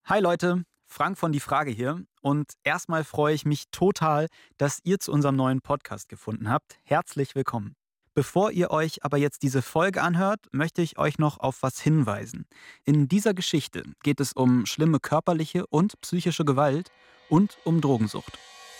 Hi Leute, Frank von Die Frage hier. Und erstmal freue ich mich total, dass ihr zu unserem neuen Podcast gefunden habt. Herzlich willkommen. Bevor ihr euch aber jetzt diese Folge anhört, möchte ich euch noch auf was hinweisen. In dieser Geschichte geht es um schlimme körperliche und psychische Gewalt und um Drogensucht.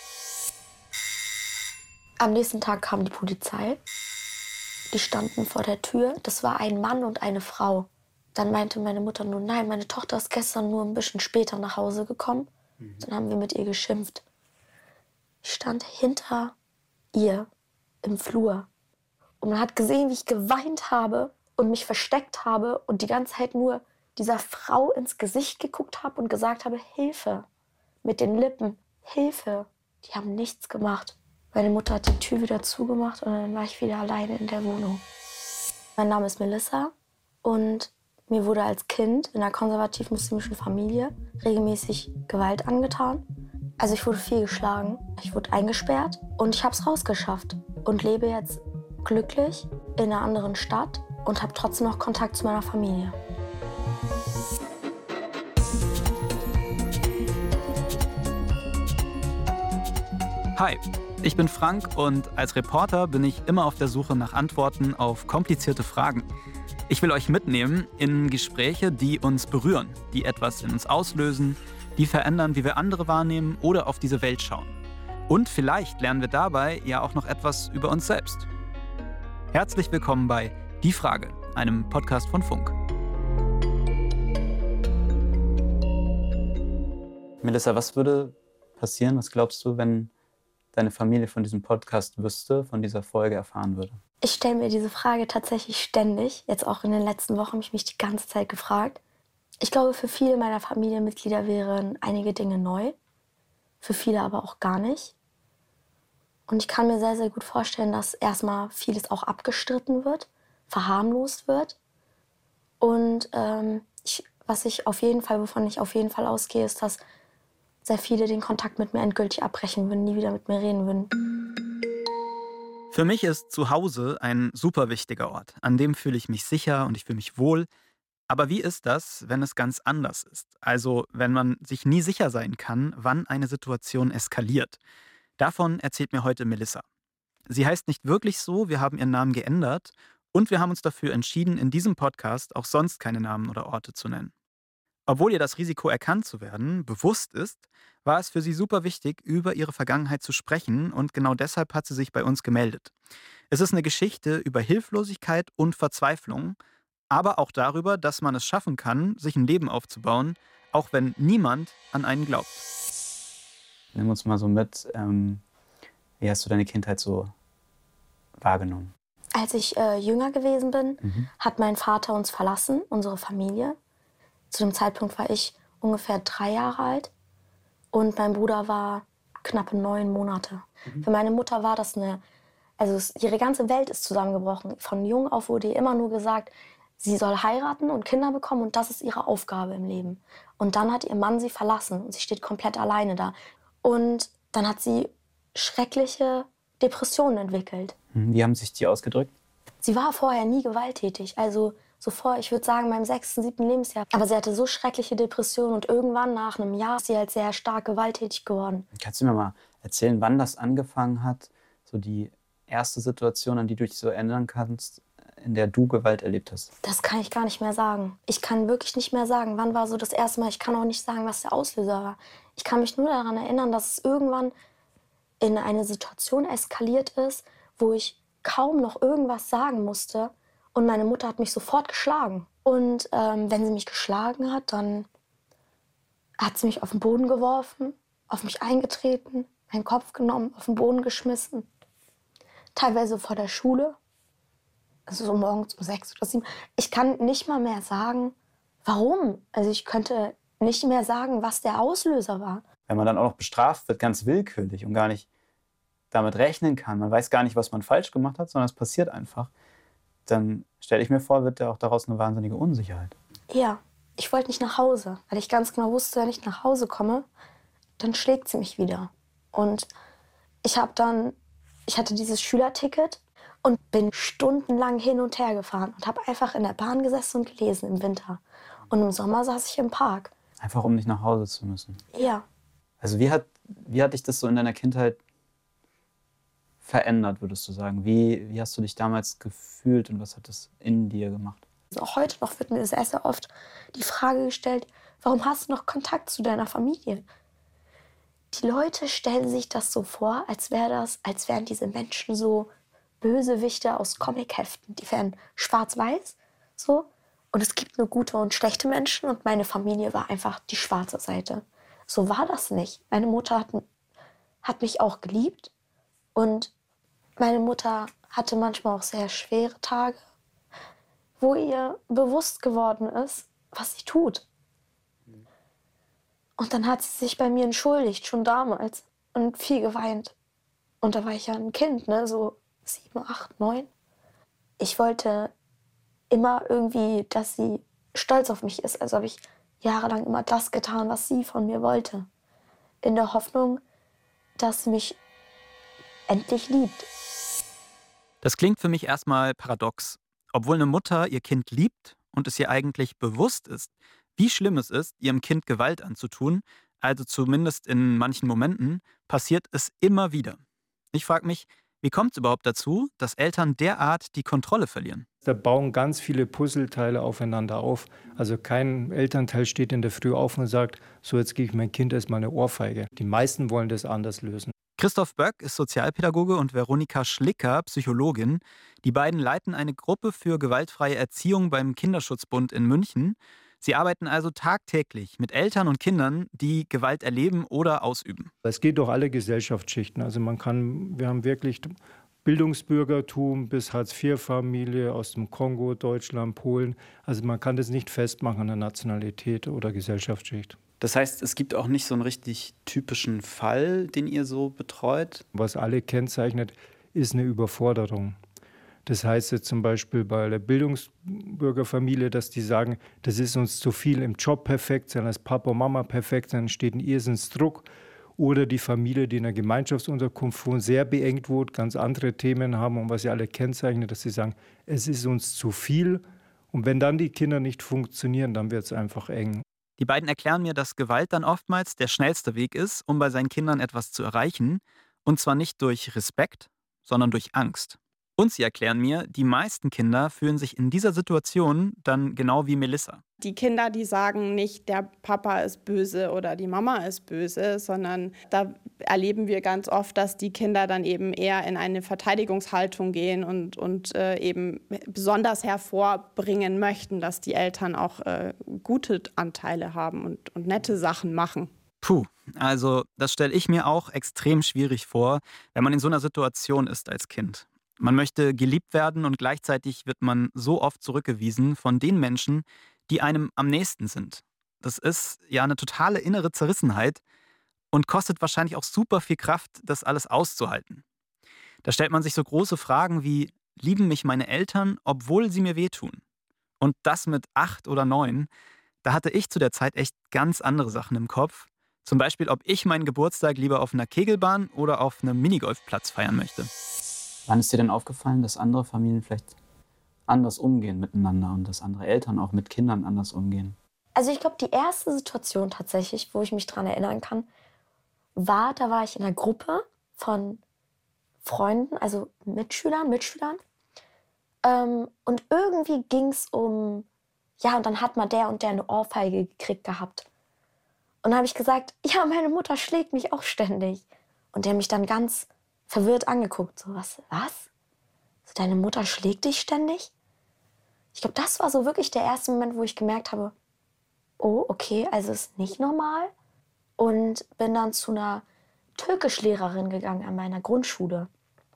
Am nächsten Tag kam die Polizei. Die standen vor der Tür. Das war ein Mann und eine Frau. Dann meinte meine Mutter nur, nein, meine Tochter ist gestern nur ein bisschen später nach Hause gekommen. Dann haben wir mit ihr geschimpft. Ich stand hinter ihr im Flur. Und man hat gesehen, wie ich geweint habe und mich versteckt habe und die ganze Zeit nur dieser Frau ins Gesicht geguckt habe und gesagt habe, Hilfe. Mit den Lippen, Hilfe. Die haben nichts gemacht. Meine Mutter hat die Tür wieder zugemacht und dann war ich wieder alleine in der Wohnung. Mein Name ist Melissa und mir wurde als Kind in einer konservativ-muslimischen Familie regelmäßig Gewalt angetan. Also ich wurde viel geschlagen, ich wurde eingesperrt und ich habe es rausgeschafft und lebe jetzt glücklich in einer anderen Stadt und habe trotzdem noch Kontakt zu meiner Familie. Hi, ich bin Frank und als Reporter bin ich immer auf der Suche nach Antworten auf komplizierte Fragen. Ich will euch mitnehmen in Gespräche, die uns berühren, die etwas in uns auslösen, die verändern, wie wir andere wahrnehmen oder auf diese Welt schauen. Und vielleicht lernen wir dabei ja auch noch etwas über uns selbst. Herzlich willkommen bei Die Frage, einem Podcast von Funk. Melissa, was würde passieren, was glaubst du, wenn deine Familie von diesem Podcast wüsste, von dieser Folge erfahren würde? Ich stelle mir diese Frage tatsächlich ständig. Jetzt auch in den letzten Wochen habe ich mich die ganze Zeit gefragt. Ich glaube, für viele meiner Familienmitglieder wären einige Dinge neu. Für viele aber auch gar nicht. Und ich kann mir sehr, sehr gut vorstellen, dass erstmal vieles auch abgestritten wird, verharmlost wird. Und wovon ich auf jeden Fall ausgehe, ist, dass sehr viele den Kontakt mit mir endgültig abbrechen würden, nie wieder mit mir reden würden. Für mich ist Zuhause ein super wichtiger Ort. An dem fühle ich mich sicher und ich fühle mich wohl. Aber wie ist das, wenn es ganz anders ist? Also wenn man sich nie sicher sein kann, wann eine Situation eskaliert. Davon erzählt mir heute Melissa. Sie heißt nicht wirklich so, wir haben ihren Namen geändert und wir haben uns dafür entschieden, in diesem Podcast auch sonst keine Namen oder Orte zu nennen. Obwohl ihr das Risiko, erkannt zu werden, bewusst ist, war es für sie super wichtig, über ihre Vergangenheit zu sprechen und genau deshalb hat sie sich bei uns gemeldet. Es ist eine Geschichte über Hilflosigkeit und Verzweiflung, aber auch darüber, dass man es schaffen kann, sich ein Leben aufzubauen, auch wenn niemand an einen glaubt. Nimm uns mal so mit, wie hast du deine Kindheit so wahrgenommen? Als ich jünger gewesen bin, hat mein Vater uns verlassen, unsere Familie. Zu dem Zeitpunkt war ich ungefähr 3 Jahre alt und mein Bruder war knappe 9 Monate. Für meine Mutter war das ihre ganze Welt ist zusammengebrochen. Von jung auf wurde ihr immer nur gesagt, sie soll heiraten und Kinder bekommen und das ist ihre Aufgabe im Leben. Und dann hat ihr Mann sie verlassen und sie steht komplett alleine da. Und dann hat sie schreckliche Depressionen entwickelt. Wie haben sich die ausgedrückt? Sie war vorher nie gewalttätig, also ich würde sagen, meinem 6., 7. Lebensjahr. Aber sie hatte so schreckliche Depressionen und irgendwann nach einem Jahr ist sie halt sehr stark gewalttätig geworden. Kannst du mir mal erzählen, wann das angefangen hat, so die erste Situation, an die du dich so erinnern kannst, in der du Gewalt erlebt hast? Das kann ich gar nicht mehr sagen. Ich kann wirklich nicht mehr sagen, wann war so das erste Mal. Ich kann auch nicht sagen, was der Auslöser war. Ich kann mich nur daran erinnern, dass es irgendwann in eine Situation eskaliert ist, wo ich kaum noch irgendwas sagen musste. Und meine Mutter hat mich sofort geschlagen. Und wenn sie mich geschlagen hat, dann hat sie mich auf den Boden geworfen, auf mich eingetreten, meinen Kopf genommen, auf den Boden geschmissen. Teilweise vor der Schule, also so morgens um 6 oder 7. Ich kann nicht mal mehr sagen, warum. Also ich könnte nicht mehr sagen, was der Auslöser war. Wenn man dann auch noch bestraft wird, ganz willkürlich und gar nicht damit rechnen kann, man weiß gar nicht, was man falsch gemacht hat, sondern es passiert einfach, dann stelle ich mir vor, wird ja auch daraus eine wahnsinnige Unsicherheit. Ja, ich wollte nicht nach Hause, weil ich ganz genau wusste, wenn ich nach Hause komme, dann schlägt sie mich wieder. Und ich hatte dieses Schülerticket und bin stundenlang hin und her gefahren und habe einfach in der Bahn gesessen und gelesen im Winter. Und im Sommer saß ich im Park. Einfach um nicht nach Hause zu müssen. Ja. Also wie hat dich das so in deiner Kindheit verändert, würdest du sagen? Wie hast du dich damals gefühlt und was hat das in dir gemacht? Also auch heute noch wird mir sehr, sehr oft die Frage gestellt, warum hast du noch Kontakt zu deiner Familie? Die Leute stellen sich das so vor, als wären diese Menschen so Bösewichte aus Comicheften. Die wären schwarz-weiß, so. Und es gibt nur gute und schlechte Menschen und meine Familie war einfach die schwarze Seite. So war das nicht. Meine Mutter hat mich auch geliebt und meine Mutter hatte manchmal auch sehr schwere Tage, wo ihr bewusst geworden ist, was sie tut. Und dann hat sie sich bei mir entschuldigt, schon damals, und viel geweint. Und da war ich ja ein Kind, ne, so 7, 8, 9. Ich wollte immer irgendwie, dass sie stolz auf mich ist. Also habe ich jahrelang immer das getan, was sie von mir wollte. In der Hoffnung, dass sie mich endlich liebt. Das klingt für mich erstmal paradox. Obwohl eine Mutter ihr Kind liebt und es ihr eigentlich bewusst ist, wie schlimm es ist, ihrem Kind Gewalt anzutun, also zumindest in manchen Momenten, passiert es immer wieder. Ich frage mich, wie kommt es überhaupt dazu, dass Eltern derart die Kontrolle verlieren? Da bauen ganz viele Puzzleteile aufeinander auf. Also kein Elternteil steht in der Früh auf und sagt, so jetzt gebe ich mein Kind erstmal eine Ohrfeige. Die meisten wollen das anders lösen. Christoph Böck ist Sozialpädagoge und Veronika Schlicker, Psychologin. Die beiden leiten eine Gruppe für gewaltfreie Erziehung beim Kinderschutzbund in München. Sie arbeiten also tagtäglich mit Eltern und Kindern, die Gewalt erleben oder ausüben. Es geht durch alle Gesellschaftsschichten. Also wir haben wirklich Bildungsbürgertum bis Hartz-IV-Familie aus dem Kongo, Deutschland, Polen. Also man kann das nicht festmachen an der Nationalität oder Gesellschaftsschicht. Das heißt, es gibt auch nicht so einen richtig typischen Fall, den ihr so betreut? Was alle kennzeichnet, ist eine Überforderung. Das heißt jetzt zum Beispiel bei der Bildungsbürgerfamilie, dass die sagen, das ist uns zu viel im Job perfekt sein, als Papa und Mama perfekt sein, entsteht ein Irrsinnsdruck. Oder die Familie, die in einer Gemeinschaftsunterkunft wohnt, sehr beengt wohnt, ganz andere Themen haben und was sie alle kennzeichnet, dass sie sagen, es ist uns zu viel. Und wenn dann die Kinder nicht funktionieren, dann wird es einfach eng. Die beiden erklären mir, dass Gewalt dann oftmals der schnellste Weg ist, um bei seinen Kindern etwas zu erreichen. Und zwar nicht durch Respekt, sondern durch Angst. Und sie erklären mir, die meisten Kinder fühlen sich in dieser Situation dann genau wie Melissa. Die Kinder, die sagen nicht, der Papa ist böse oder die Mama ist böse, sondern da erleben wir ganz oft, dass die Kinder dann eben eher in eine Verteidigungshaltung gehen und eben besonders hervorbringen möchten, dass die Eltern auch gute Anteile haben und nette Sachen machen. Puh, also das stelle ich mir auch extrem schwierig vor, wenn man in so einer Situation ist als Kind. Man möchte geliebt werden und gleichzeitig wird man so oft zurückgewiesen von den Menschen, die einem am nächsten sind. Das ist ja eine totale innere Zerrissenheit und kostet wahrscheinlich auch super viel Kraft, das alles auszuhalten. Da stellt man sich so große Fragen wie, lieben mich meine Eltern, obwohl sie mir wehtun? Und das mit 8 oder 9, da hatte ich zu der Zeit echt ganz andere Sachen im Kopf. Zum Beispiel, ob ich meinen Geburtstag lieber auf einer Kegelbahn oder auf einem Minigolfplatz feiern möchte. Wann ist dir denn aufgefallen, dass andere Familien vielleicht anders umgehen miteinander und dass andere Eltern auch mit Kindern anders umgehen? Also ich glaube, die erste Situation tatsächlich, wo ich mich dran erinnern kann, da war ich in einer Gruppe von Freunden, also Mitschülern. Und irgendwie ging es um, ja, und dann hat mal der und der eine Ohrfeige gekriegt gehabt. Und dann habe ich gesagt, ja, meine Mutter schlägt mich auch ständig. Und der hat mich dann ganz verwirrt angeguckt. So, was? So, deine Mutter schlägt dich ständig? Ich glaube, das war so wirklich der erste Moment, wo ich gemerkt habe, oh, okay, also ist nicht normal. Und bin dann zu einer Türkischlehrerin gegangen an meiner Grundschule.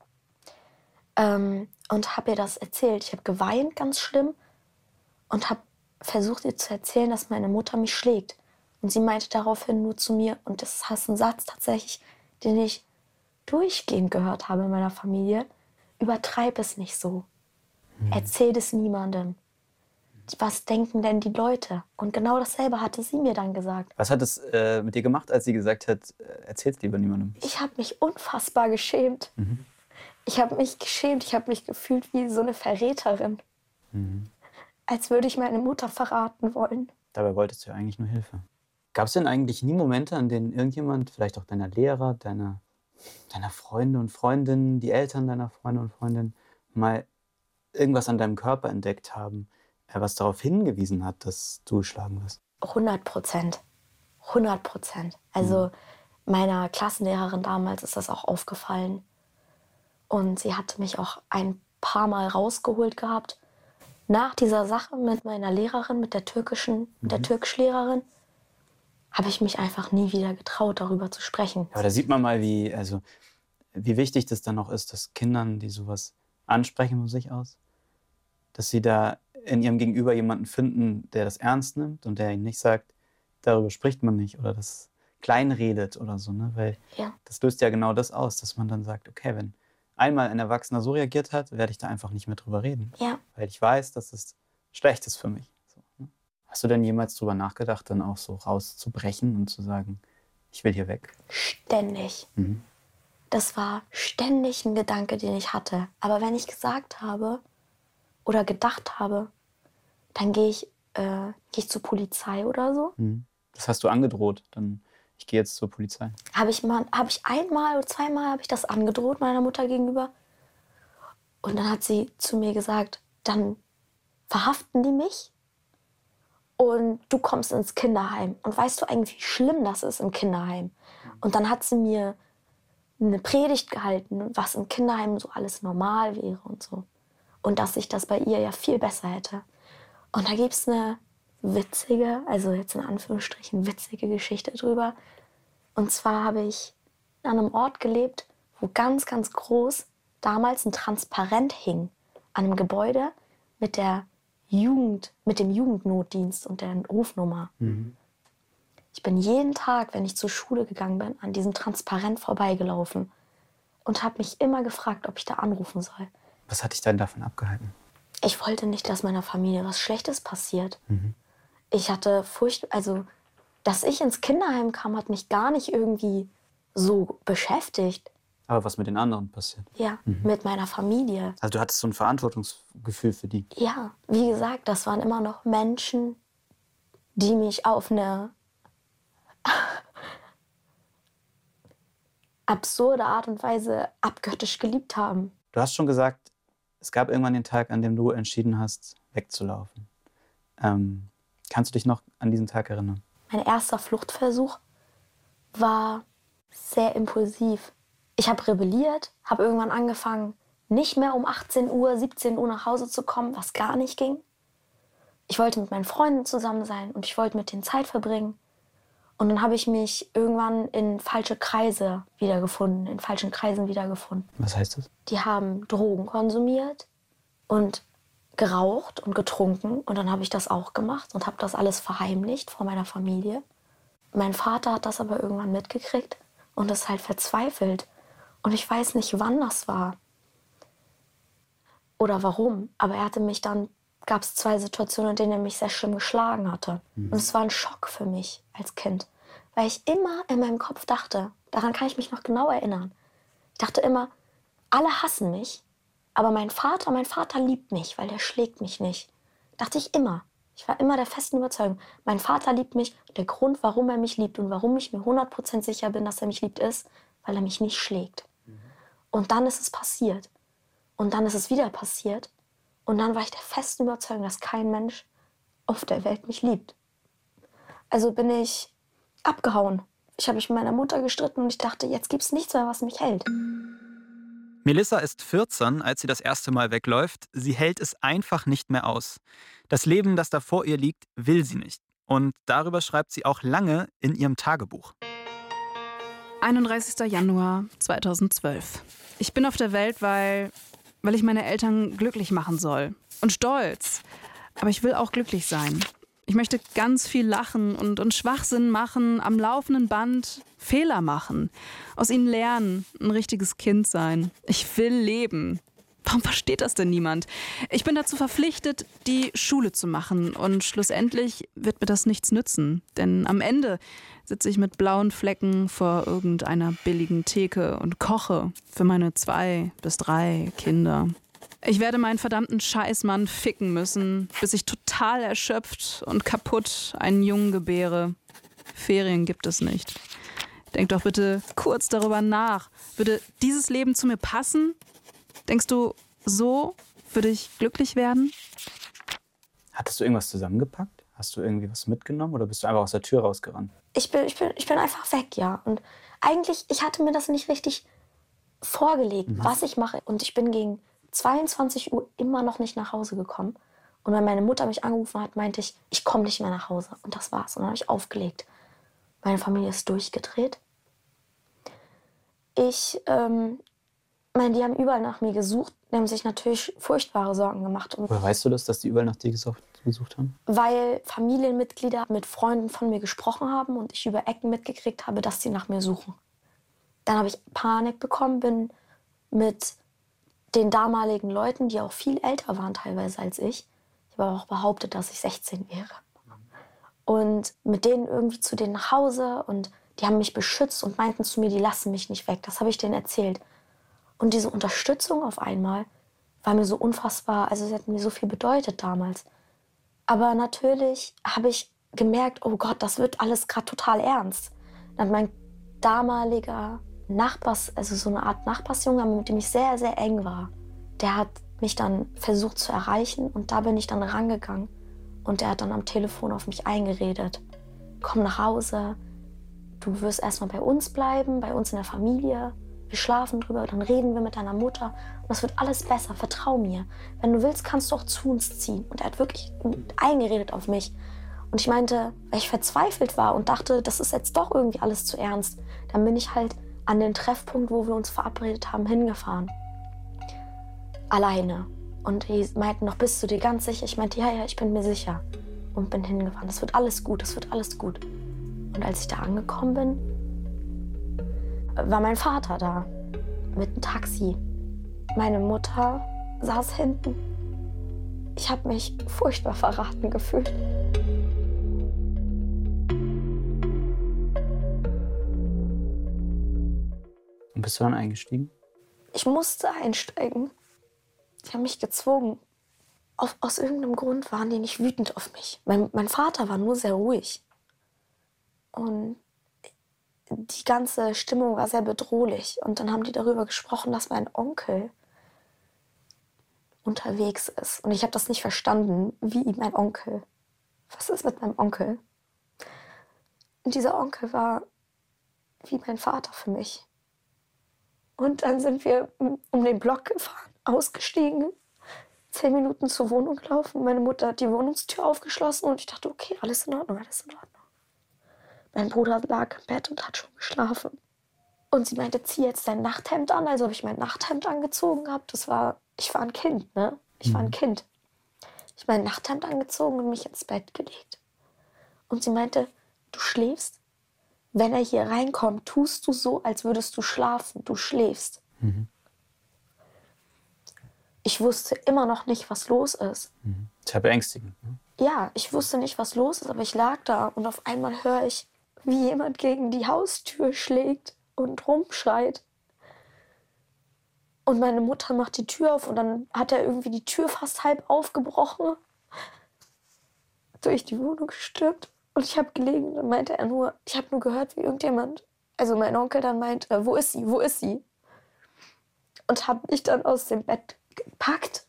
Und habe ihr das erzählt. Ich habe geweint, ganz schlimm. Und habe versucht, ihr zu erzählen, dass meine Mutter mich schlägt. Und sie meinte daraufhin nur zu mir, und das ist ein Satz tatsächlich, den ich durchgehend gehört habe in meiner Familie, übertreib es nicht so. Erzähl es niemandem. Was denken denn die Leute? Und genau dasselbe hatte sie mir dann gesagt. Was hat es mit dir gemacht, als sie gesagt hat, erzähl's lieber niemandem? Ich habe mich unfassbar geschämt. Ich habe mich geschämt, ich habe mich gefühlt wie so eine Verräterin. Als würde ich meine Mutter verraten wollen. Dabei wolltest du ja eigentlich nur Hilfe. Gab es denn eigentlich nie Momente, an denen irgendjemand, vielleicht auch deiner Lehrer, deiner Freunde und Freundinnen, die Eltern deiner Freunde und Freundinnen, mal irgendwas an deinem Körper entdeckt haben, was darauf hingewiesen hat, dass du geschlagen wirst? 100%. 100%. Also meiner Klassenlehrerin damals ist das auch aufgefallen. Und sie hatte mich auch ein paar Mal rausgeholt gehabt. Nach dieser Sache mit meiner Lehrerin, mit der Türkischlehrerin, habe ich mich einfach nie wieder getraut, darüber zu sprechen. Ja, aber da sieht man mal, wie wichtig das dann auch ist, dass Kindern, die sowas ansprechen von sich aus, dass sie da in ihrem Gegenüber jemanden finden, der das ernst nimmt und der ihnen nicht sagt, darüber spricht man nicht oder das kleinredet oder so. Ne? Weil das löst ja genau das aus, dass man dann sagt, okay, wenn einmal ein Erwachsener so reagiert hat, werde ich da einfach nicht mehr drüber reden. Ja. Weil ich weiß, dass es schlecht ist für mich. So, ne? Hast du denn jemals drüber nachgedacht, dann auch so rauszubrechen und zu sagen, ich will hier weg? Ständig. Das war ständig ein Gedanke, den ich hatte. Aber wenn ich gesagt habe oder gedacht habe, dann gehe ich zur Polizei oder so. Das hast du angedroht, dann ich gehe jetzt zur Polizei. Habe ich einmal oder zweimal habe ich das angedroht meiner Mutter gegenüber. Und dann hat sie zu mir gesagt, dann verhaften die mich und du kommst ins Kinderheim. Und weißt du eigentlich, wie schlimm das ist im Kinderheim? Und dann hat sie mir eine Predigt gehalten, was im Kinderheim so alles normal wäre und so. Und dass ich das bei ihr ja viel besser hätte. Und da gibt es eine witzige, also jetzt in Anführungsstrichen witzige Geschichte drüber. Und zwar habe ich an einem Ort gelebt, wo ganz, ganz groß damals ein Transparent hing an einem Gebäude mit dem Jugendnotdienst und der Rufnummer. Ich bin jeden Tag, wenn ich zur Schule gegangen bin, an diesem Transparent vorbeigelaufen und habe mich immer gefragt, ob ich da anrufen soll. Was hat dich denn davon abgehalten? Ich wollte nicht, dass meiner Familie was Schlechtes passiert. Ich hatte Furcht, also dass ich ins Kinderheim kam, hat mich gar nicht irgendwie so beschäftigt. Aber was mit den anderen passiert? Ja, mit meiner Familie. Also du hattest so ein Verantwortungsgefühl für die? Ja, wie gesagt, das waren immer noch Menschen, die mich auf eine absurde Art und Weise abgöttisch geliebt haben. Du hast schon gesagt, es gab irgendwann den Tag, an dem du entschieden hast, wegzulaufen. Kannst du dich noch an diesen Tag erinnern? Mein erster Fluchtversuch war sehr impulsiv. Ich habe rebelliert, habe irgendwann angefangen, nicht mehr um 18 Uhr, 17 Uhr nach Hause zu kommen, was gar nicht ging. Ich wollte mit meinen Freunden zusammen sein und ich wollte mit denen Zeit verbringen. Und dann habe ich mich irgendwann in falschen Kreisen wiedergefunden. Was heißt das? Die haben Drogen konsumiert und geraucht und getrunken. Und dann habe ich das auch gemacht und habe das alles verheimlicht vor meiner Familie. Mein Vater hat das aber irgendwann mitgekriegt und ist halt verzweifelt. Und ich weiß nicht, wann das war oder warum. Aber gab es 2 Situationen, in denen er mich sehr schlimm geschlagen hatte. Und es war ein Schock für mich als Kind. Weil ich immer in meinem Kopf dachte, daran kann ich mich noch genau erinnern. Ich dachte immer, alle hassen mich, aber mein Vater liebt mich, weil der schlägt mich nicht. Dachte ich immer. Ich war immer der festen Überzeugung, mein Vater liebt mich. Der Grund, warum er mich liebt und warum ich mir 100% sicher bin, dass er mich liebt, ist, weil er mich nicht schlägt. Und dann ist es passiert. Und dann ist es wieder passiert. Und dann war ich der festen Überzeugung, dass kein Mensch auf der Welt mich liebt. Also bin ich abgehauen. Ich habe mich mit meiner Mutter gestritten und ich dachte, jetzt gibt es nichts mehr, was mich hält. Melissa ist 14, als sie das erste Mal wegläuft. Sie hält es einfach nicht mehr aus. Das Leben, das da vor ihr liegt, will sie nicht. Und darüber schreibt sie auch lange in ihrem Tagebuch. 31. Januar 2012. Ich bin auf der Welt, weil ich meine Eltern glücklich machen soll. Und stolz. Aber ich will auch glücklich sein. Ich möchte ganz viel lachen und Schwachsinn machen, am laufenden Band Fehler machen, aus ihnen lernen, ein richtiges Kind sein. Ich will leben. Warum versteht das denn niemand? Ich bin dazu verpflichtet, die Schule zu machen und schlussendlich wird mir das nichts nützen. Denn am Ende sitze ich mit blauen Flecken vor irgendeiner billigen Theke und koche für meine 2 bis 3 Kinder. Ich werde meinen verdammten Scheißmann ficken müssen, bis ich total erschöpft und kaputt einen Jungen gebäre. Ferien gibt es nicht. Denk doch bitte kurz darüber nach. Würde dieses Leben zu mir passen? Denkst du, so würde ich glücklich werden? Hattest du irgendwas zusammengepackt? Hast du irgendwie was mitgenommen oder bist du einfach aus der Tür rausgerannt? Ich bin einfach weg, ja. Und eigentlich, ich hatte mir das nicht richtig vorgelegt, was ich mache. Und ich bin gegen 22 Uhr immer noch nicht nach Hause gekommen. Und wenn meine Mutter mich angerufen hat, meinte ich komme nicht mehr nach Hause. Und das war's. Und dann habe ich aufgelegt. Meine Familie ist durchgedreht. Die haben überall nach mir gesucht. Die haben sich natürlich furchtbare Sorgen gemacht. Und Woher weißt du das, dass die überall nach dir gesucht haben? weil Familienmitglieder mit Freunden von mir gesprochen haben und ich über Ecken mitgekriegt habe, dass sie nach mir suchen. Dann habe ich Panik bekommen, bin mit den damaligen Leuten, die auch viel älter waren teilweise als ich habe auch behauptet, dass ich 16 wäre. Und mit denen irgendwie zu denen nach Hause und die haben mich beschützt und meinten zu mir, die lassen mich nicht weg. Das habe ich denen erzählt. Und diese Unterstützung auf einmal war mir so unfassbar, also sie hat mir so viel bedeutet damals. Aber natürlich habe ich gemerkt, oh Gott, das wird alles gerade total ernst. Dann hat mein damaliger also so eine Art Nachbarsjunge, mit dem ich sehr, sehr eng war, der hat mich dann versucht zu erreichen und da bin ich dann rangegangen. Und der hat dann am Telefon auf mich eingeredet. Komm nach Hause, du wirst erstmal bei uns bleiben, bei uns in der Familie. Wir schlafen drüber, dann reden wir mit deiner Mutter. Und das wird alles besser, vertrau mir. Wenn du willst, kannst du auch zu uns ziehen. Und er hat wirklich eingeredet auf mich. Und ich meinte, weil ich verzweifelt war und dachte, das ist jetzt doch irgendwie alles zu ernst, dann bin ich halt an den Treffpunkt, wo wir uns verabredet haben, hingefahren. Alleine. Und die meinten noch, bist du dir ganz sicher? Ich meinte, ja, ich bin mir sicher. Und bin hingefahren. Das wird alles gut, das wird alles gut. Und als ich da angekommen bin, war mein Vater da. Mit einem Taxi. Meine Mutter saß hinten. Ich habe mich furchtbar verraten gefühlt. Und bist du dann eingestiegen? Ich musste einsteigen. Die haben mich gezwungen. Aus irgendeinem Grund waren die nicht wütend auf mich. Mein Vater war nur sehr ruhig. Und die ganze Stimmung war sehr bedrohlich. Und dann haben die darüber gesprochen, dass mein Onkel unterwegs ist. Und ich habe das nicht verstanden, wie mein Onkel. Was ist mit meinem Onkel? Und dieser Onkel war wie mein Vater für mich. Und dann sind wir um den Block gefahren, ausgestiegen, 10 Minuten zur Wohnung gelaufen. Meine Mutter hat die Wohnungstür aufgeschlossen und ich dachte, okay, alles in Ordnung, alles in Ordnung. Mein Bruder lag im Bett und hat schon geschlafen. Und sie meinte, zieh jetzt dein Nachthemd an. Also habe ich mein Nachthemd angezogen gehabt. Ich war ein Kind, ne? Ich war ein Kind. Ich habe mein Nachthemd angezogen und mich ins Bett gelegt. Und sie meinte, du schläfst? Wenn er hier reinkommt, tust du so, als würdest du schlafen. Du schläfst. Ich wusste immer noch nicht, was los ist. Sehr beängstigend. Ne? Ja, ich wusste nicht, was los ist, aber ich lag da und auf einmal höre ich, wie jemand gegen die Haustür schlägt und rumschreit. Und meine Mutter macht die Tür auf und dann hat er irgendwie die Tür fast halb aufgebrochen, durch die Wohnung gestürmt. Und ich habe gelegen und dann meinte er nur, ich habe nur gehört, wie irgendjemand, also mein Onkel dann meint, wo ist sie, wo ist sie? Und habe mich dann aus dem Bett gepackt,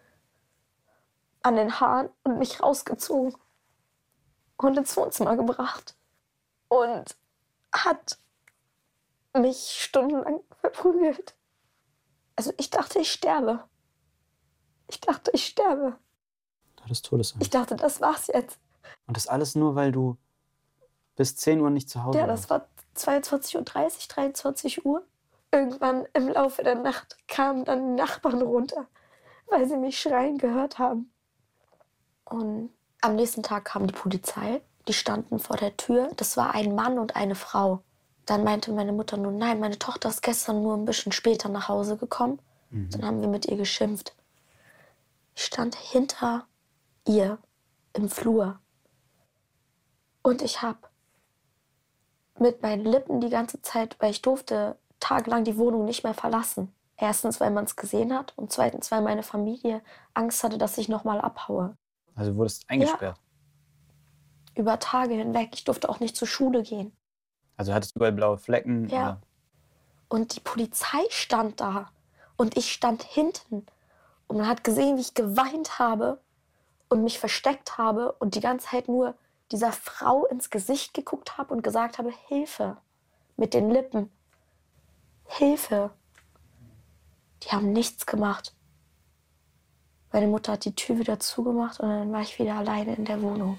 an den Haaren und mich rausgezogen und ins Wohnzimmer gebracht. Und hat mich stundenlang verprügelt. Also ich dachte, ich sterbe. Ich dachte, ich sterbe. Du hattest Todesangst. Ich dachte, das war's jetzt. Und das alles nur, weil du bis 10 Uhr nicht zu Hause warst? Ja, das war 22:30 Uhr, 23 Uhr. Irgendwann im Laufe der Nacht kamen dann die Nachbarn runter, weil sie mich schreien gehört haben. Und am nächsten Tag kam die Polizei. Die standen vor der Tür. Das war ein Mann und eine Frau. Dann meinte meine Mutter nur, nein, meine Tochter ist gestern nur ein bisschen später nach Hause gekommen. Dann haben wir mit ihr geschimpft. Ich stand hinter ihr im Flur. Und ich habe mit meinen Lippen die ganze Zeit, weil ich durfte tagelang die Wohnung nicht mehr verlassen. Erstens, weil man es gesehen hat und zweitens, weil meine Familie Angst hatte, dass ich nochmal abhaue. Also wurdest eingesperrt? Über Tage hinweg. Ich durfte auch nicht zur Schule gehen. Also hattest du überall blaue Flecken? Ja. Oder? Und die Polizei stand da. Und ich stand hinten. Und man hat gesehen, wie ich geweint habe und mich versteckt habe und die ganze Zeit nur dieser Frau ins Gesicht geguckt habe und gesagt habe, Hilfe. Mit den Lippen. Hilfe. Die haben nichts gemacht. Meine Mutter hat die Tür wieder zugemacht und dann war ich wieder alleine in der Wohnung.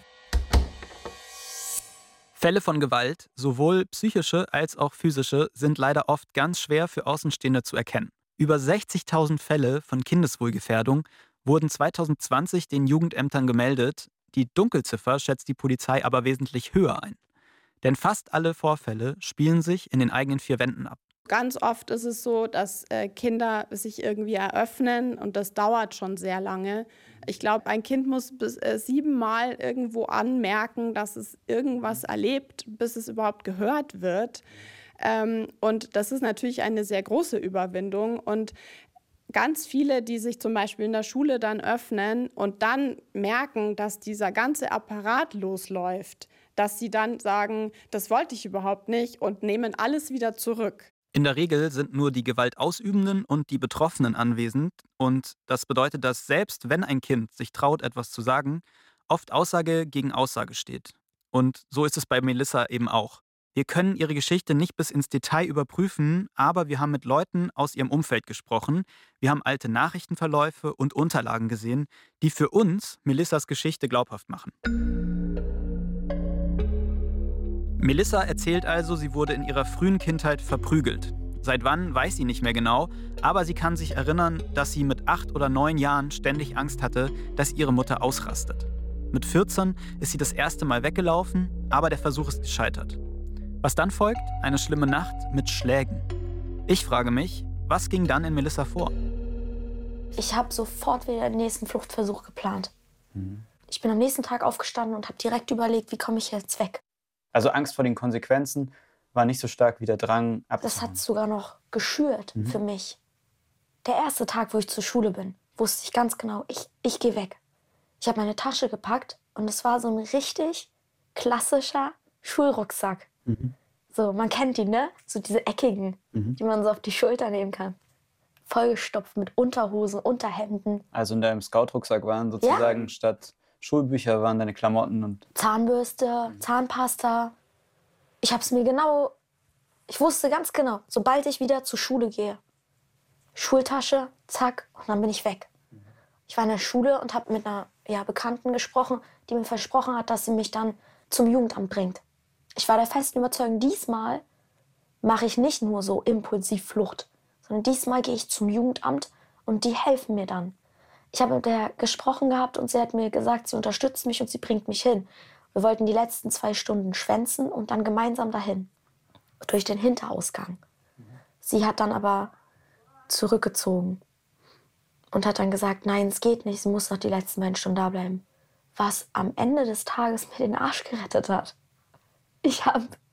Fälle von Gewalt, sowohl psychische als auch physische, sind leider oft ganz schwer für Außenstehende zu erkennen. Über 60.000 Fälle von Kindeswohlgefährdung wurden 2020 den Jugendämtern gemeldet. Die Dunkelziffer schätzt die Polizei aber wesentlich höher ein. Denn fast alle Vorfälle spielen sich in den eigenen vier Wänden ab. Ganz oft ist es so, dass Kinder sich irgendwie eröffnen und das dauert schon sehr lange. Ich glaube, ein Kind muss bis 7-mal irgendwo anmerken, dass es irgendwas erlebt, bis es überhaupt gehört wird. Und das ist natürlich eine sehr große Überwindung. Und ganz viele, die sich zum Beispiel in der Schule dann öffnen und dann merken, dass dieser ganze Apparat losläuft, dass sie dann sagen, das wollte ich überhaupt nicht und nehmen alles wieder zurück. In der Regel sind nur die Gewaltausübenden und die Betroffenen anwesend. Und das bedeutet, dass selbst wenn ein Kind sich traut, etwas zu sagen, oft Aussage gegen Aussage steht. Und so ist es bei Melissa eben auch. Wir können ihre Geschichte nicht bis ins Detail überprüfen, aber wir haben mit Leuten aus ihrem Umfeld gesprochen. Wir haben alte Nachrichtenverläufe und Unterlagen gesehen, die für uns Melissas Geschichte glaubhaft machen. Melissa erzählt also, sie wurde in ihrer frühen Kindheit verprügelt. Seit wann, weiß sie nicht mehr genau, aber sie kann sich erinnern, dass sie mit 8 oder 9 Jahren ständig Angst hatte, dass ihre Mutter ausrastet. Mit 14 ist sie das erste Mal weggelaufen, aber der Versuch ist gescheitert. Was dann folgt? Eine schlimme Nacht mit Schlägen. Ich frage mich, was ging dann in Melissa vor? Ich habe sofort wieder den nächsten Fluchtversuch geplant. Ich bin am nächsten Tag aufgestanden und habe direkt überlegt, wie komme ich jetzt weg. Also Angst vor den Konsequenzen war nicht so stark wie der Drang abzuhauen. Das hat sogar noch geschürt für mich. Der erste Tag, wo ich zur Schule bin, wusste ich ganz genau, ich gehe weg. Ich habe meine Tasche gepackt und es war so ein richtig klassischer Schulrucksack. So, man kennt die, ne? So diese eckigen, die man so auf die Schulter nehmen kann. Vollgestopft mit Unterhosen, Unterhemden. Also in deinem Scout-Rucksack waren sozusagen statt Schulbücher waren deine Klamotten und Zahnbürste, Zahnpasta. Ich wusste ganz genau, sobald ich wieder zur Schule gehe, Schultasche, zack, und dann bin ich weg. Ich war in der Schule und habe mit einer Bekannten gesprochen, die mir versprochen hat, dass sie mich dann zum Jugendamt bringt. Ich war der festen Überzeugung, diesmal mache ich nicht nur so impulsiv Flucht, sondern diesmal gehe ich zum Jugendamt und die helfen mir dann. Ich habe mit der gesprochen gehabt und sie hat mir gesagt, sie unterstützt mich und sie bringt mich hin. Wir wollten die letzten 2 Stunden schwänzen und dann gemeinsam dahin. Durch den Hinterausgang. Sie hat dann aber zurückgezogen und hat dann gesagt, nein, es geht nicht, sie muss noch die letzten 2 Stunden da bleiben. Was am Ende des Tages mir den Arsch gerettet hat. Ich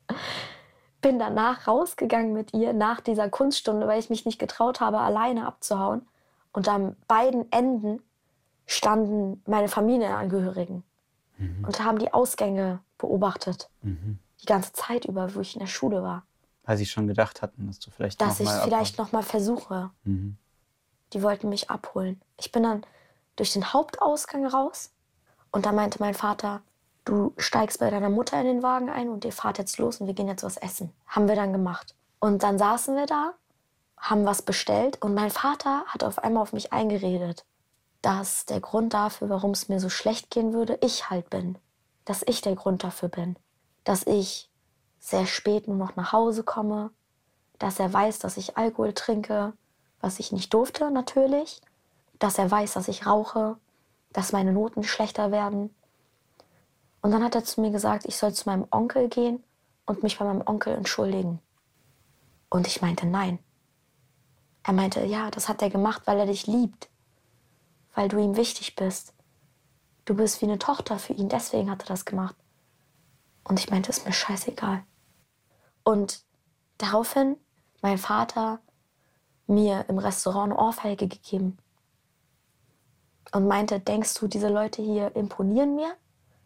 bin danach rausgegangen mit ihr nach dieser Kunststunde, weil ich mich nicht getraut habe, alleine abzuhauen. Und an beiden Enden standen meine Familienangehörigen und haben die Ausgänge beobachtet. Die ganze Zeit über, wo ich in der Schule war. weil sie schon gedacht hatten, dass du vielleicht Dass ich vielleicht noch mal versuche. Die wollten mich abholen. Ich bin dann durch den Hauptausgang raus und da meinte mein Vater, du steigst bei deiner Mutter in den Wagen ein und ihr fahrt jetzt los und wir gehen jetzt was essen. Haben wir dann gemacht. Und dann saßen wir da, haben was bestellt und mein Vater hat auf einmal auf mich eingeredet, dass der Grund dafür, warum es mir so schlecht gehen würde, ich halt bin. Dass ich der Grund dafür bin. Dass ich sehr spät nur noch nach Hause komme. Dass er weiß, dass ich Alkohol trinke, was ich nicht durfte natürlich. Dass er weiß, dass ich rauche. Dass meine Noten schlechter werden. Und dann hat er zu mir gesagt, ich soll zu meinem Onkel gehen und mich bei meinem Onkel entschuldigen. Und ich meinte, nein. Er meinte, ja, das hat er gemacht, weil er dich liebt. Weil du ihm wichtig bist. Du bist wie eine Tochter für ihn, deswegen hat er das gemacht. Und ich meinte, ist mir scheißegal. Und daraufhin mein Vater mir im Restaurant eine Ohrfeige gegeben. Und meinte, denkst du, diese Leute hier imponieren mir?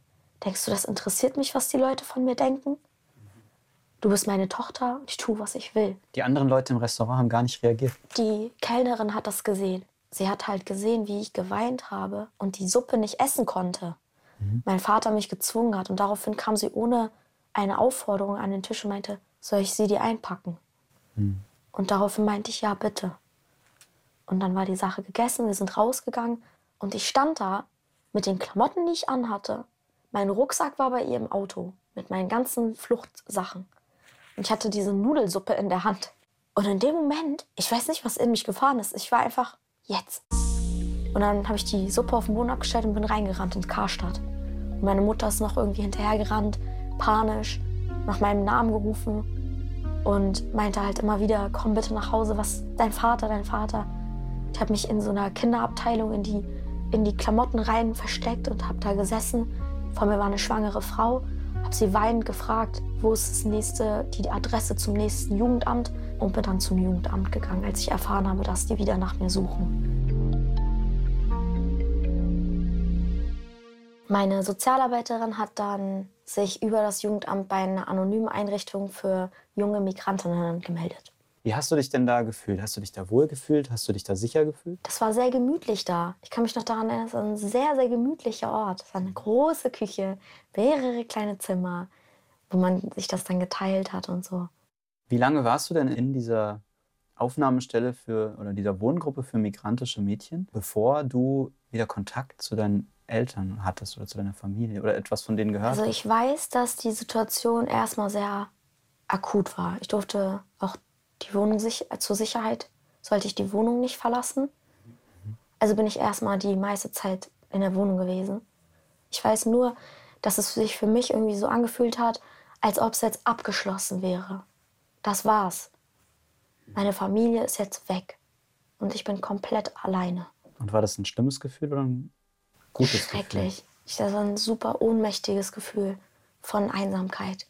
Denkst du, das interessiert mich, was die Leute von mir denken? Du bist meine Tochter und ich tue, was ich will. Die anderen Leute im Restaurant haben gar nicht reagiert. Die Kellnerin hat das gesehen. Sie hat halt gesehen, wie ich geweint habe und die Suppe nicht essen konnte. Mein Vater mich gezwungen hat und daraufhin kam sie ohne eine Aufforderung an den Tisch und meinte, soll ich sie dir einpacken? Und daraufhin meinte ich, ja, bitte. Und dann war die Sache gegessen, wir sind rausgegangen und ich stand da mit den Klamotten, die ich anhatte. Mein Rucksack war bei ihr im Auto mit meinen ganzen Fluchtsachen. Und ich hatte diese Nudelsuppe in der Hand. Und in dem Moment, ich weiß nicht, was in mich gefahren ist, ich war einfach, jetzt. Und dann habe ich die Suppe auf den Boden abgestellt und bin reingerannt ins Karstadt. Und meine Mutter ist noch irgendwie hinterhergerannt, panisch, nach meinem Namen gerufen und meinte halt immer wieder, komm bitte nach Hause, was, dein Vater, dein Vater. Ich habe mich in so einer Kinderabteilung in die Klamotten rein versteckt und habe da gesessen. Vor mir war eine schwangere Frau, habe sie weinend gefragt, wo ist die Adresse zum nächsten Jugendamt und bin dann zum Jugendamt gegangen, als ich erfahren habe, dass die wieder nach mir suchen. Meine Sozialarbeiterin hat dann sich über das Jugendamt bei einer anonymen Einrichtung für junge Migrantinnen gemeldet. Wie hast du dich denn da gefühlt? Hast du dich da wohl gefühlt? Hast du dich da sicher gefühlt? Das war sehr gemütlich da. Ich kann mich noch daran erinnern, es war ein sehr, sehr gemütlicher Ort. Es war eine große Küche, mehrere kleine Zimmer, wo man sich das dann geteilt hat und so. Wie lange warst du denn in dieser Aufnahmestelle oder dieser Wohngruppe für migrantische Mädchen, bevor du wieder Kontakt zu deinen Eltern hattest oder zu deiner Familie oder etwas von denen gehört hast? Also ich weiß, dass die Situation erstmal sehr akut war. Ich durfte auch die Wohnung zur Sicherheit, sollte ich die Wohnung nicht verlassen. Also bin ich erstmal die meiste Zeit in der Wohnung gewesen. Ich weiß nur, dass es sich für mich irgendwie so angefühlt hat, als ob es jetzt abgeschlossen wäre. Das war's. Meine Familie ist jetzt weg und ich bin komplett alleine. Und war das ein schlimmes Gefühl oder ein gutes Schrecklich. Das war ein super ohnmächtiges Gefühl von Einsamkeit.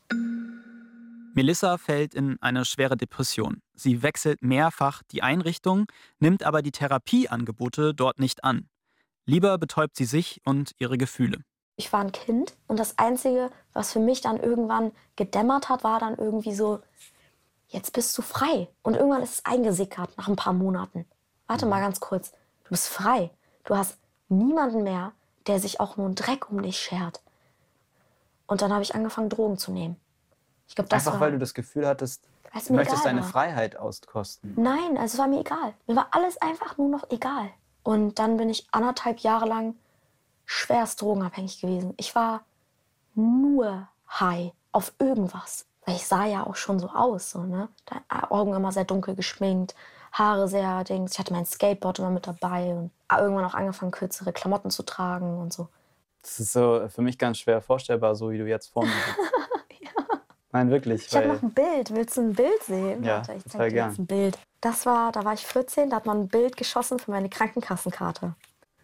Melissa fällt in eine schwere Depression. Sie wechselt mehrfach die Einrichtung, nimmt aber die Therapieangebote dort nicht an. Lieber betäubt sie sich und ihre Gefühle. Ich war ein Kind und das Einzige, was für mich dann irgendwann gedämmert hat, war dann irgendwie so, jetzt bist du frei. Und irgendwann ist es eingesickert nach ein paar Monaten. Warte mal ganz kurz, du bist frei. Du hast niemanden mehr, der sich auch nur einen Dreck um dich schert. Und dann habe ich angefangen, Drogen zu nehmen. Ich glaub, das Einfach weil du das Gefühl hattest, du möchtest deine Freiheit auskosten. Nein, also es war mir egal. Mir war alles einfach nur noch egal. Und dann bin ich 1,5 Jahre lang schwerst drogenabhängig gewesen. Ich war nur high auf irgendwas. Weil ich sah ja auch schon so aus. So, ne? Augen immer sehr dunkel geschminkt, Haare sehr Dings. Ich hatte mein Skateboard immer mit dabei und irgendwann auch angefangen, kürzere Klamotten zu tragen und so. Das ist so für mich ganz schwer vorstellbar, so wie du jetzt vor mir sitzt. Nein, wirklich. Ich habe noch ein Bild. Willst du ein Bild sehen? Ja, Warte, ich total zeig dir gern. jetzt ein Bild. Da war ich 14, da hat man ein Bild geschossen für meine Krankenkassenkarte.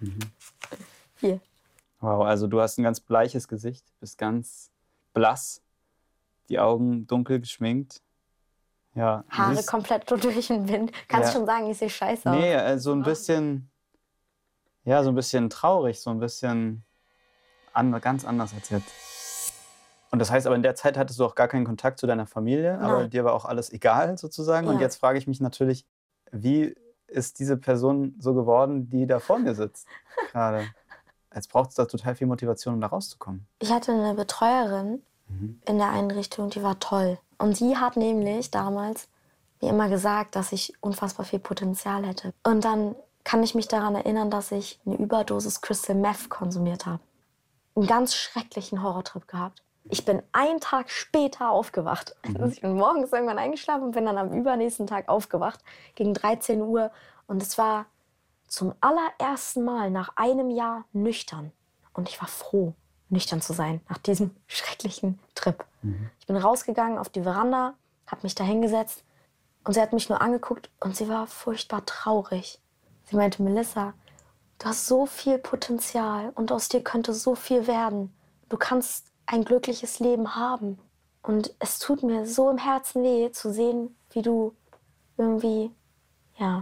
Hier. Wow, also du hast ein ganz bleiches Gesicht, bist ganz blass, die Augen dunkel geschminkt. Ja, Haare komplett durch den Wind. Kannst schon sagen, ich sehe scheiße aus. Nee, so ein bisschen, ja, so ein bisschen traurig, so ein bisschen ganz anders als jetzt. Und das heißt aber, in der Zeit hattest du auch gar keinen Kontakt zu deiner Familie, aber dir war auch alles egal sozusagen. Ja. Und jetzt frage ich mich natürlich, wie ist diese Person so geworden, die da vor mir sitzt gerade? Jetzt braucht es da total viel Motivation, um da rauszukommen. Ich hatte eine Betreuerin in der Einrichtung, die war toll. Und die hat nämlich damals mir immer gesagt, dass ich unfassbar viel Potenzial hätte. Und dann kann ich mich daran erinnern, dass ich eine Überdosis Crystal Meth konsumiert habe. Einen ganz schrecklichen Horrortrip gehabt. Ich bin einen Tag später aufgewacht. Also ich bin morgens irgendwann eingeschlafen und bin dann am übernächsten Tag aufgewacht, gegen 13 Uhr. Und es war zum allerersten Mal nach einem Jahr nüchtern. Und ich war froh, nüchtern zu sein nach diesem schrecklichen Trip. Ich bin rausgegangen auf die Veranda, habe mich da hingesetzt und sie hat mich nur angeguckt und sie war furchtbar traurig. Sie meinte, Melissa, du hast so viel Potenzial und aus dir könnte so viel werden. Du kannst ein glückliches Leben haben. Und es tut mir so im Herzen weh, zu sehen, wie du irgendwie,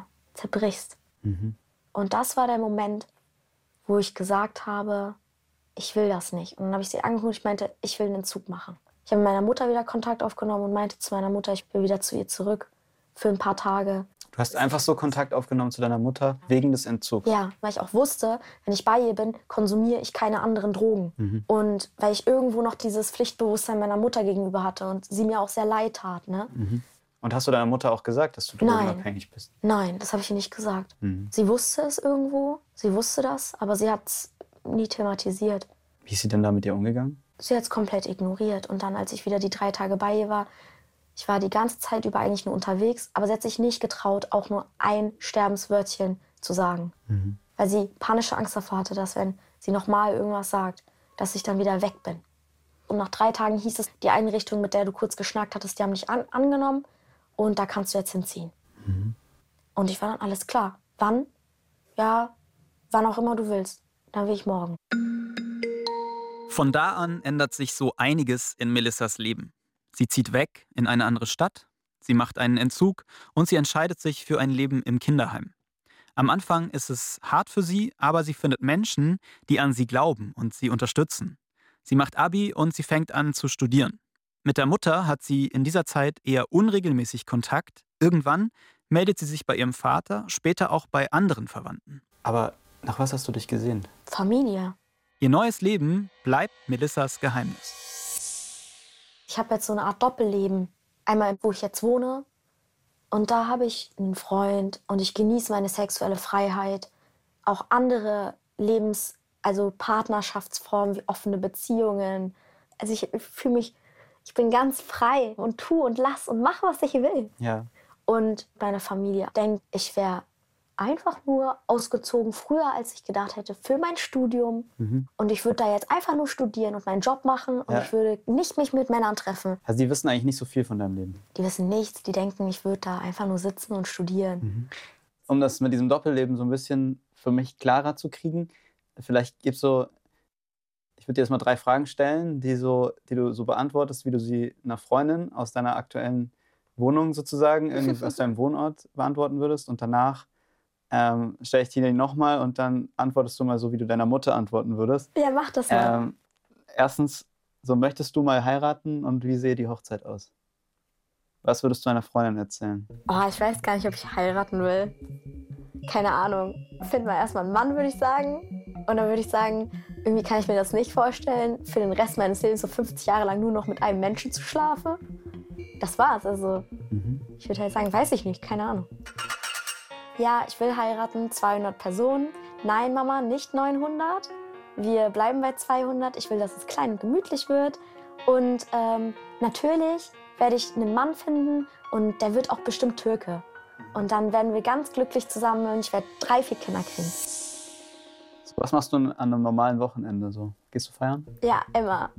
zerbrichst. Und das war der Moment, wo ich gesagt habe, ich will das nicht. Und dann habe ich sie angeguckt und ich meinte, ich will einen Entzug machen. Ich habe mit meiner Mutter wieder Kontakt aufgenommen und meinte zu meiner Mutter, ich will wieder zu ihr zurück für ein paar Tage. Du hast einfach so Kontakt aufgenommen zu deiner Mutter wegen des Entzugs? Ja, weil ich auch wusste, wenn ich bei ihr bin, konsumiere ich keine anderen Drogen. Und weil ich irgendwo noch dieses Pflichtbewusstsein meiner Mutter gegenüber hatte und sie mir auch sehr leid tat. Ne? Und hast du deiner Mutter auch gesagt, dass du drogenabhängig bist? Nein, das habe ich ihr nicht gesagt. Sie wusste es irgendwo, sie wusste das, aber sie hat es nie thematisiert. Wie ist sie denn da mit dir umgegangen? Sie hat es komplett ignoriert. Und dann, als ich wieder die 3 Tage bei ihr war, ich war die ganze Zeit über eigentlich nur unterwegs, aber sie hat sich nicht getraut, auch nur ein Sterbenswörtchen zu sagen. Weil sie panische Angst davor hatte, dass wenn sie nochmal irgendwas sagt, dass ich dann wieder weg bin. Und nach 3 Tagen hieß es, die Einrichtung, mit der du kurz geschnackt hattest, die haben dich angenommen und da kannst du jetzt hinziehen. Und ich war dann, alles klar. Wann? Ja, wann auch immer du willst. Dann will ich morgen. Von da an ändert sich so einiges in Melissas Leben. Sie zieht weg in eine andere Stadt, sie macht einen Entzug und sie entscheidet sich für ein Leben im Kinderheim. Am Anfang ist es hart für sie, aber sie findet Menschen, die an sie glauben und sie unterstützen. Sie macht Abi und sie fängt an zu studieren. Mit der Mutter hat sie in dieser Zeit eher unregelmäßig Kontakt. Irgendwann meldet sie sich bei ihrem Vater, später auch bei anderen Verwandten. Aber nach was hast du dich gesehen? Familie. Ihr neues Leben bleibt Melissas Geheimnis. Ich habe jetzt so eine Art Doppelleben. Einmal, wo ich jetzt wohne. Und da habe ich einen Freund und ich genieße meine sexuelle Freiheit. Auch andere also Partnerschaftsformen wie offene Beziehungen. Also ich fühle mich, ich bin ganz frei und tu und lass und mach, was ich will. Ja. Und meine Familie denkt, ich wäre einfach nur ausgezogen, früher als ich gedacht hätte, für mein Studium. Und ich würde da jetzt einfach nur studieren und meinen Job machen und ich würde nicht mich mit Männern treffen. Also die wissen eigentlich nicht so viel von deinem Leben? Die wissen nichts, die denken, ich würde da einfach nur sitzen und studieren. Um das mit diesem Doppelleben so ein bisschen für mich klarer zu kriegen, vielleicht gibt's so, ich würde dir jetzt mal 3 Fragen stellen, die du so beantwortest, wie du sie einer Freundin aus deiner aktuellen Wohnung sozusagen, irgendwie aus deinem Wohnort beantworten würdest. Und danach stelle ich die nochmal und dann antwortest du mal so, wie du deiner Mutter antworten würdest. Ja, mach das mal. Erstens, so möchtest du mal heiraten und wie sehe die Hochzeit aus? Was würdest du einer Freundin erzählen? Oh, ich weiß gar nicht, ob ich heiraten will. Keine Ahnung. Finden wir erstmal einen Mann, würde ich sagen. Und dann würde ich sagen, irgendwie kann ich mir das nicht vorstellen, für den Rest meines Lebens so 50 Jahre lang nur noch mit einem Menschen zu schlafen. Das war's. Also, ich würde halt sagen, weiß ich nicht, keine Ahnung. Ja, ich will heiraten, 200 Personen. Nein, Mama, nicht 900. Wir bleiben bei 200. Ich will, dass es klein und gemütlich wird. Und natürlich werde ich einen Mann finden und der wird auch bestimmt Türke. Und dann werden wir ganz glücklich zusammen und ich werde 3, 4 Kinder kriegen. So, was machst du an einem normalen Wochenende so? Gehst du feiern? Ja, immer.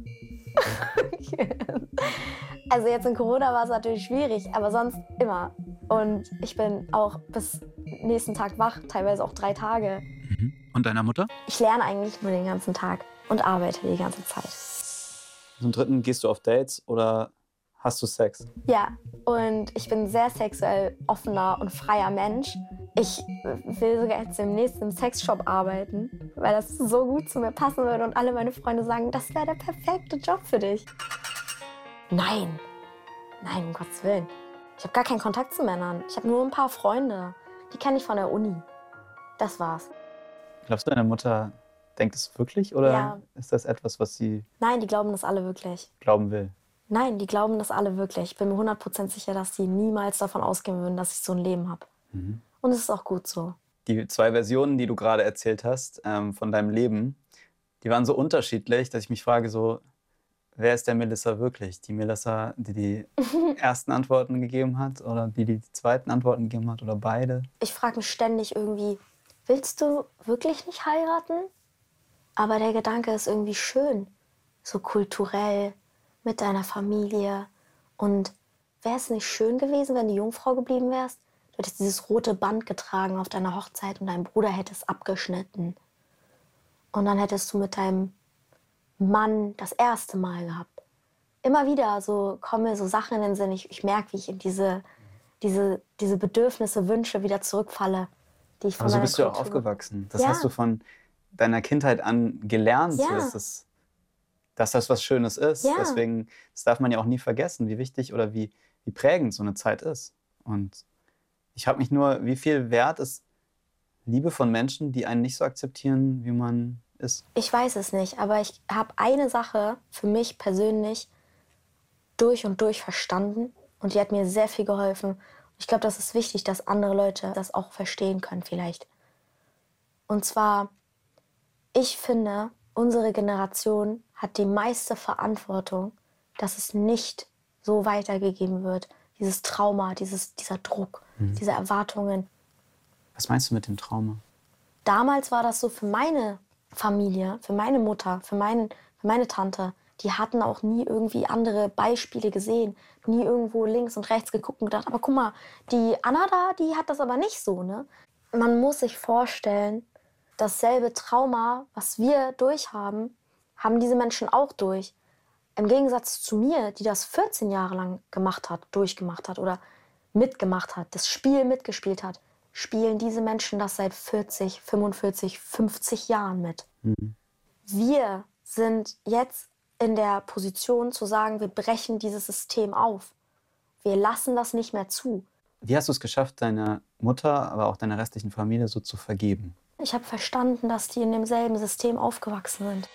Also jetzt in Corona war es natürlich schwierig, aber sonst immer. Und ich bin auch bis nächsten Tag wach, teilweise auch 3 Tage. Und deiner Mutter? Ich lerne eigentlich nur den ganzen Tag und arbeite die ganze Zeit. Zum Dritten, gehst du auf Dates oder hast du Sex? Ja, und ich bin ein sehr sexuell offener und freier Mensch. Ich will sogar jetzt demnächst im Sexshop arbeiten, weil das so gut zu mir passen würde und alle meine Freunde sagen, das wäre der perfekte Job für dich. Nein, um Gottes Willen. Ich habe gar keinen Kontakt zu Männern. Ich habe nur ein paar Freunde. Die kenne ich von der Uni. Das war's. Glaubst du, deine Mutter denkt es wirklich oder Ja. ist das etwas, was sie Nein, die glauben das alle wirklich. glauben will? Nein, die glauben das alle wirklich. Ich bin mir 100% sicher, dass die niemals davon ausgehen würden, dass ich so ein Leben habe. Und es ist auch gut so. Die 2 Versionen, die du gerade erzählt hast von deinem Leben, die waren so unterschiedlich, dass ich mich frage so, wer ist der Melissa wirklich? Die Melissa, die ersten Antworten gegeben hat oder die zweiten Antworten gegeben hat oder beide? Ich frage mich ständig irgendwie, willst du wirklich nicht heiraten? Aber der Gedanke ist irgendwie schön, so kulturell, mit deiner Familie. Und wäre es nicht schön gewesen, wenn du Jungfrau geblieben wärst? Du hättest dieses rote Band getragen auf deiner Hochzeit und dein Bruder hätte es abgeschnitten. Und dann hättest du mit deinem Mann das erste Mal gehabt. Immer wieder so kommen mir so Sachen in den Sinn. Ich merke, wie ich in diese Bedürfnisse, Wünsche wieder zurückfalle, die ich von Aber so meiner bist du auch Kultur- aufgewachsen. Das Ja. hast du von deiner Kindheit an gelernt, Ja. dass das was Schönes ist. Ja. Deswegen, das darf man ja auch nie vergessen, wie wichtig oder wie prägend so eine Zeit ist. Und ich frage mich nur, wie viel wert ist Liebe von Menschen, die einen nicht so akzeptieren, wie man ist? Ich weiß es nicht, aber ich habe eine Sache für mich persönlich durch und durch verstanden und die hat mir sehr viel geholfen. Ich glaube, das ist wichtig, dass andere Leute das auch verstehen können vielleicht. Und zwar, ich finde, unsere Generation hat die meiste Verantwortung, dass es nicht so weitergegeben wird. Dieses Trauma, dieser Druck, diese Erwartungen. Was meinst du mit dem Trauma? Damals war das so für meine Familie, für meine Mutter, für meine Tante. Die hatten auch nie irgendwie andere Beispiele gesehen. Nie irgendwo links und rechts geguckt und gedacht, aber guck mal, die Anna da, die hat das aber nicht so, ne? Man muss sich vorstellen, dasselbe Trauma, was wir durchhaben, haben diese Menschen auch durch. Im Gegensatz zu mir, die das 14 Jahre lang durchgemacht hat oder mitgemacht hat, das Spiel mitgespielt hat, spielen diese Menschen das seit 40, 45, 50 Jahren mit. Wir sind jetzt in der Position zu sagen, wir brechen dieses System auf. Wir lassen das nicht mehr zu. Wie hast du es geschafft, deiner Mutter, aber auch deiner restlichen Familie so zu vergeben? Ich habe verstanden, dass die in demselben System aufgewachsen sind.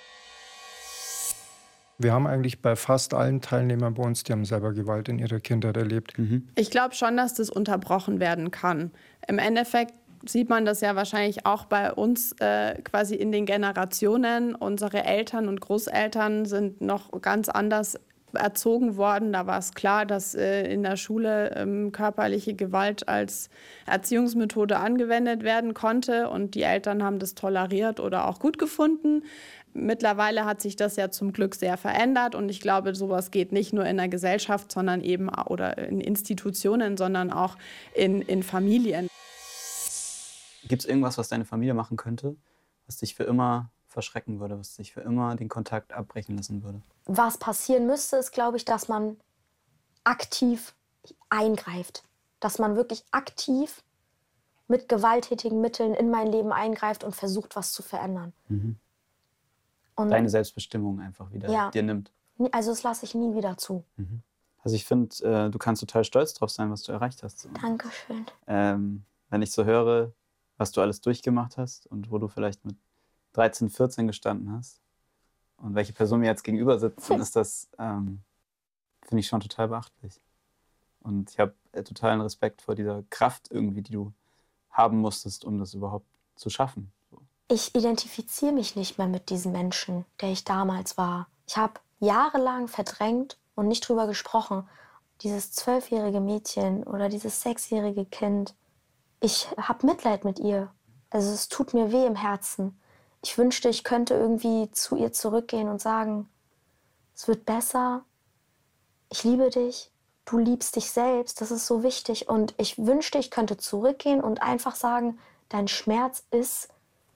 Wir haben eigentlich bei fast allen Teilnehmern bei uns, die haben selber Gewalt in ihrer Kindheit erlebt. Ich glaube schon, dass das unterbrochen werden kann. Im Endeffekt sieht man das ja wahrscheinlich auch bei uns quasi in den Generationen. Unsere Eltern und Großeltern sind noch ganz anders erzogen worden. Da war es klar, dass in der Schule körperliche Gewalt als Erziehungsmethode angewendet werden konnte und die Eltern haben das toleriert oder auch gut gefunden. Mittlerweile hat sich das ja zum Glück sehr verändert und ich glaube, sowas geht nicht nur in der Gesellschaft, sondern eben oder in Institutionen, sondern auch in Familien. Gibt es irgendwas, was deine Familie machen könnte, was dich für immer verschrecken würde, was dich für immer den Kontakt abbrechen lassen würde? Was passieren müsste, ist, glaube ich, dass man aktiv eingreift. Dass man wirklich aktiv mit gewalttätigen Mitteln in mein Leben eingreift und versucht, was zu verändern. Und Deine Selbstbestimmung einfach wieder dir nimmt. also das lasse ich nie wieder zu. Also ich finde, du kannst total stolz drauf sein, was du erreicht hast. Dankeschön. Wenn ich so höre, was du alles durchgemacht hast und wo du vielleicht mit 13, 14 gestanden hast und welche Person mir jetzt gegenüber sitzt, dann ist das, finde ich, schon total beachtlich. Und ich habe totalen Respekt vor dieser Kraft irgendwie, die du haben musstest, um das überhaupt zu schaffen. So. Ich identifiziere mich nicht mehr mit diesem Menschen, der ich damals war. Ich habe jahrelang verdrängt und nicht drüber gesprochen. Dieses 12-jährige Mädchen oder dieses 6-jährige Kind, ich habe Mitleid mit ihr. Also es tut mir weh im Herzen. Ich wünschte, ich könnte irgendwie zu ihr zurückgehen und sagen, es wird besser, ich liebe dich, du liebst dich selbst, das ist so wichtig. Und ich wünschte, ich könnte zurückgehen und einfach sagen, dein Schmerz ist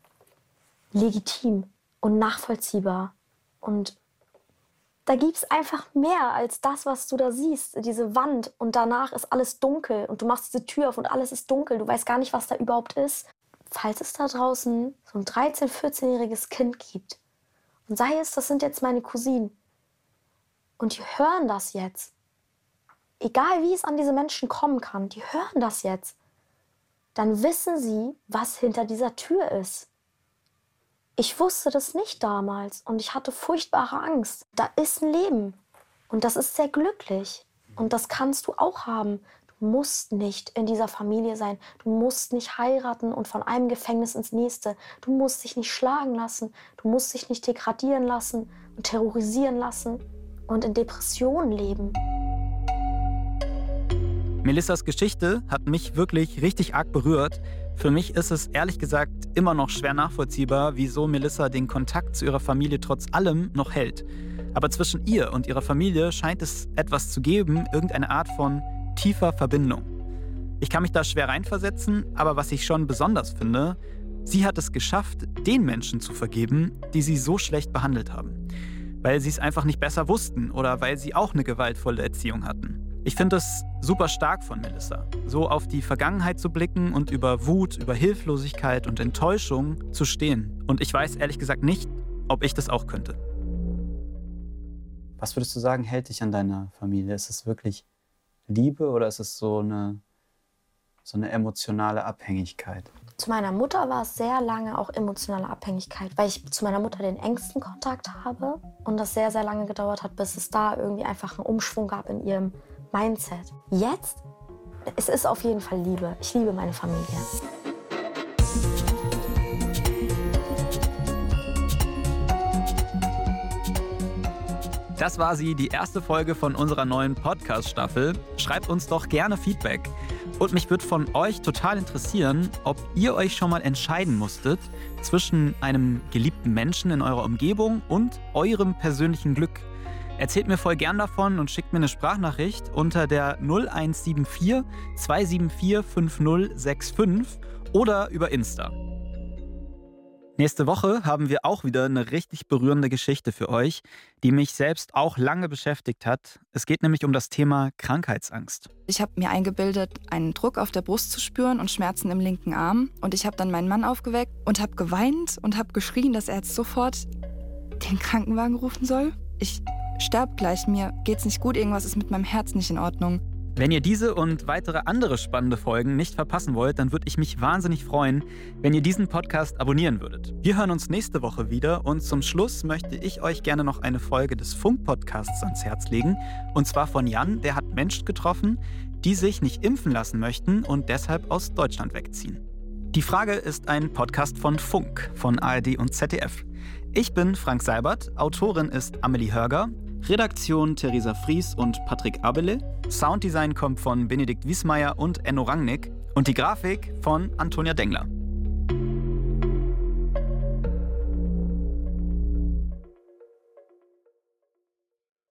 legitim und nachvollziehbar. Und da gibt es einfach mehr als das, was du da siehst, diese Wand. Und danach ist alles dunkel und du machst diese Tür auf und alles ist dunkel. Du weißt gar nicht, was da überhaupt ist. Falls es da draußen so ein 13-, 14-jähriges Kind gibt und sei es, das sind jetzt meine Cousinen und die hören das jetzt, egal wie es an diese Menschen kommen kann, die hören das jetzt, dann wissen sie, was hinter dieser Tür ist. Ich wusste das nicht damals und ich hatte furchtbare Angst. Da ist ein Leben und das ist sehr glücklich und das kannst du auch haben. Du musst nicht in dieser Familie sein. Du musst nicht heiraten und von einem Gefängnis ins nächste. Du musst dich nicht schlagen lassen. Du musst dich nicht degradieren lassen und terrorisieren lassen und in Depressionen leben. Melissas Geschichte hat mich wirklich richtig arg berührt. Für mich ist es ehrlich gesagt immer noch schwer nachvollziehbar, wieso Melissa den Kontakt zu ihrer Familie trotz allem noch hält. Aber zwischen ihr und ihrer Familie scheint es etwas zu geben, irgendeine Art von tiefer Verbindung. Ich kann mich da schwer reinversetzen, aber was ich schon besonders finde, sie hat es geschafft, den Menschen zu vergeben, die sie so schlecht behandelt haben. Weil sie es einfach nicht besser wussten oder weil sie auch eine gewaltvolle Erziehung hatten. Ich finde es super stark von Melissa, so auf die Vergangenheit zu blicken und über Wut, über Hilflosigkeit und Enttäuschung zu stehen. Und ich weiß ehrlich gesagt nicht, ob ich das auch könnte. Was würdest du sagen, hält dich an deiner Familie? Ist es wirklich Liebe oder ist es so eine emotionale Abhängigkeit? Zu meiner Mutter war es sehr lange auch emotionale Abhängigkeit, weil ich zu meiner Mutter den engsten Kontakt habe und das sehr, sehr lange gedauert hat, bis es da irgendwie einfach einen Umschwung gab in ihrem Mindset. Jetzt, es ist auf jeden Fall Liebe. Ich liebe meine Familie. Das war sie, die erste Folge von unserer neuen Podcast-Staffel. Schreibt uns doch gerne Feedback. Und mich würde von euch total interessieren, ob ihr euch schon mal entscheiden musstet zwischen einem geliebten Menschen in eurer Umgebung und eurem persönlichen Glück. Erzählt mir voll gern davon und schickt mir eine Sprachnachricht unter der 0174 274 5065 oder über Insta. Nächste Woche haben wir auch wieder eine richtig berührende Geschichte für euch, die mich selbst auch lange beschäftigt hat. Es geht nämlich um das Thema Krankheitsangst. Ich habe mir eingebildet, einen Druck auf der Brust zu spüren und Schmerzen im linken Arm. Und ich habe dann meinen Mann aufgeweckt und habe geweint und habe geschrien, dass er jetzt sofort den Krankenwagen rufen soll. Ich sterbe gleich, mir geht's nicht gut, irgendwas ist mit meinem Herz nicht in Ordnung. Wenn ihr diese und weitere andere spannende Folgen nicht verpassen wollt, dann würde ich mich wahnsinnig freuen, wenn ihr diesen Podcast abonnieren würdet. Wir hören uns nächste Woche wieder und zum Schluss möchte ich euch gerne noch eine Folge des Funk-Podcasts ans Herz legen. Und zwar von Jan, der hat Menschen getroffen, die sich nicht impfen lassen möchten und deshalb aus Deutschland wegziehen. Die Frage ist ein Podcast von Funk, von ARD und ZDF. Ich bin Frank Seibert, Autorin ist Amelie Hörger, Redaktion Theresa Fries und Patrick Abele, Sounddesign kommt von Benedikt Wiesmeier und Enno Rangnick und die Grafik von Antonia Dengler.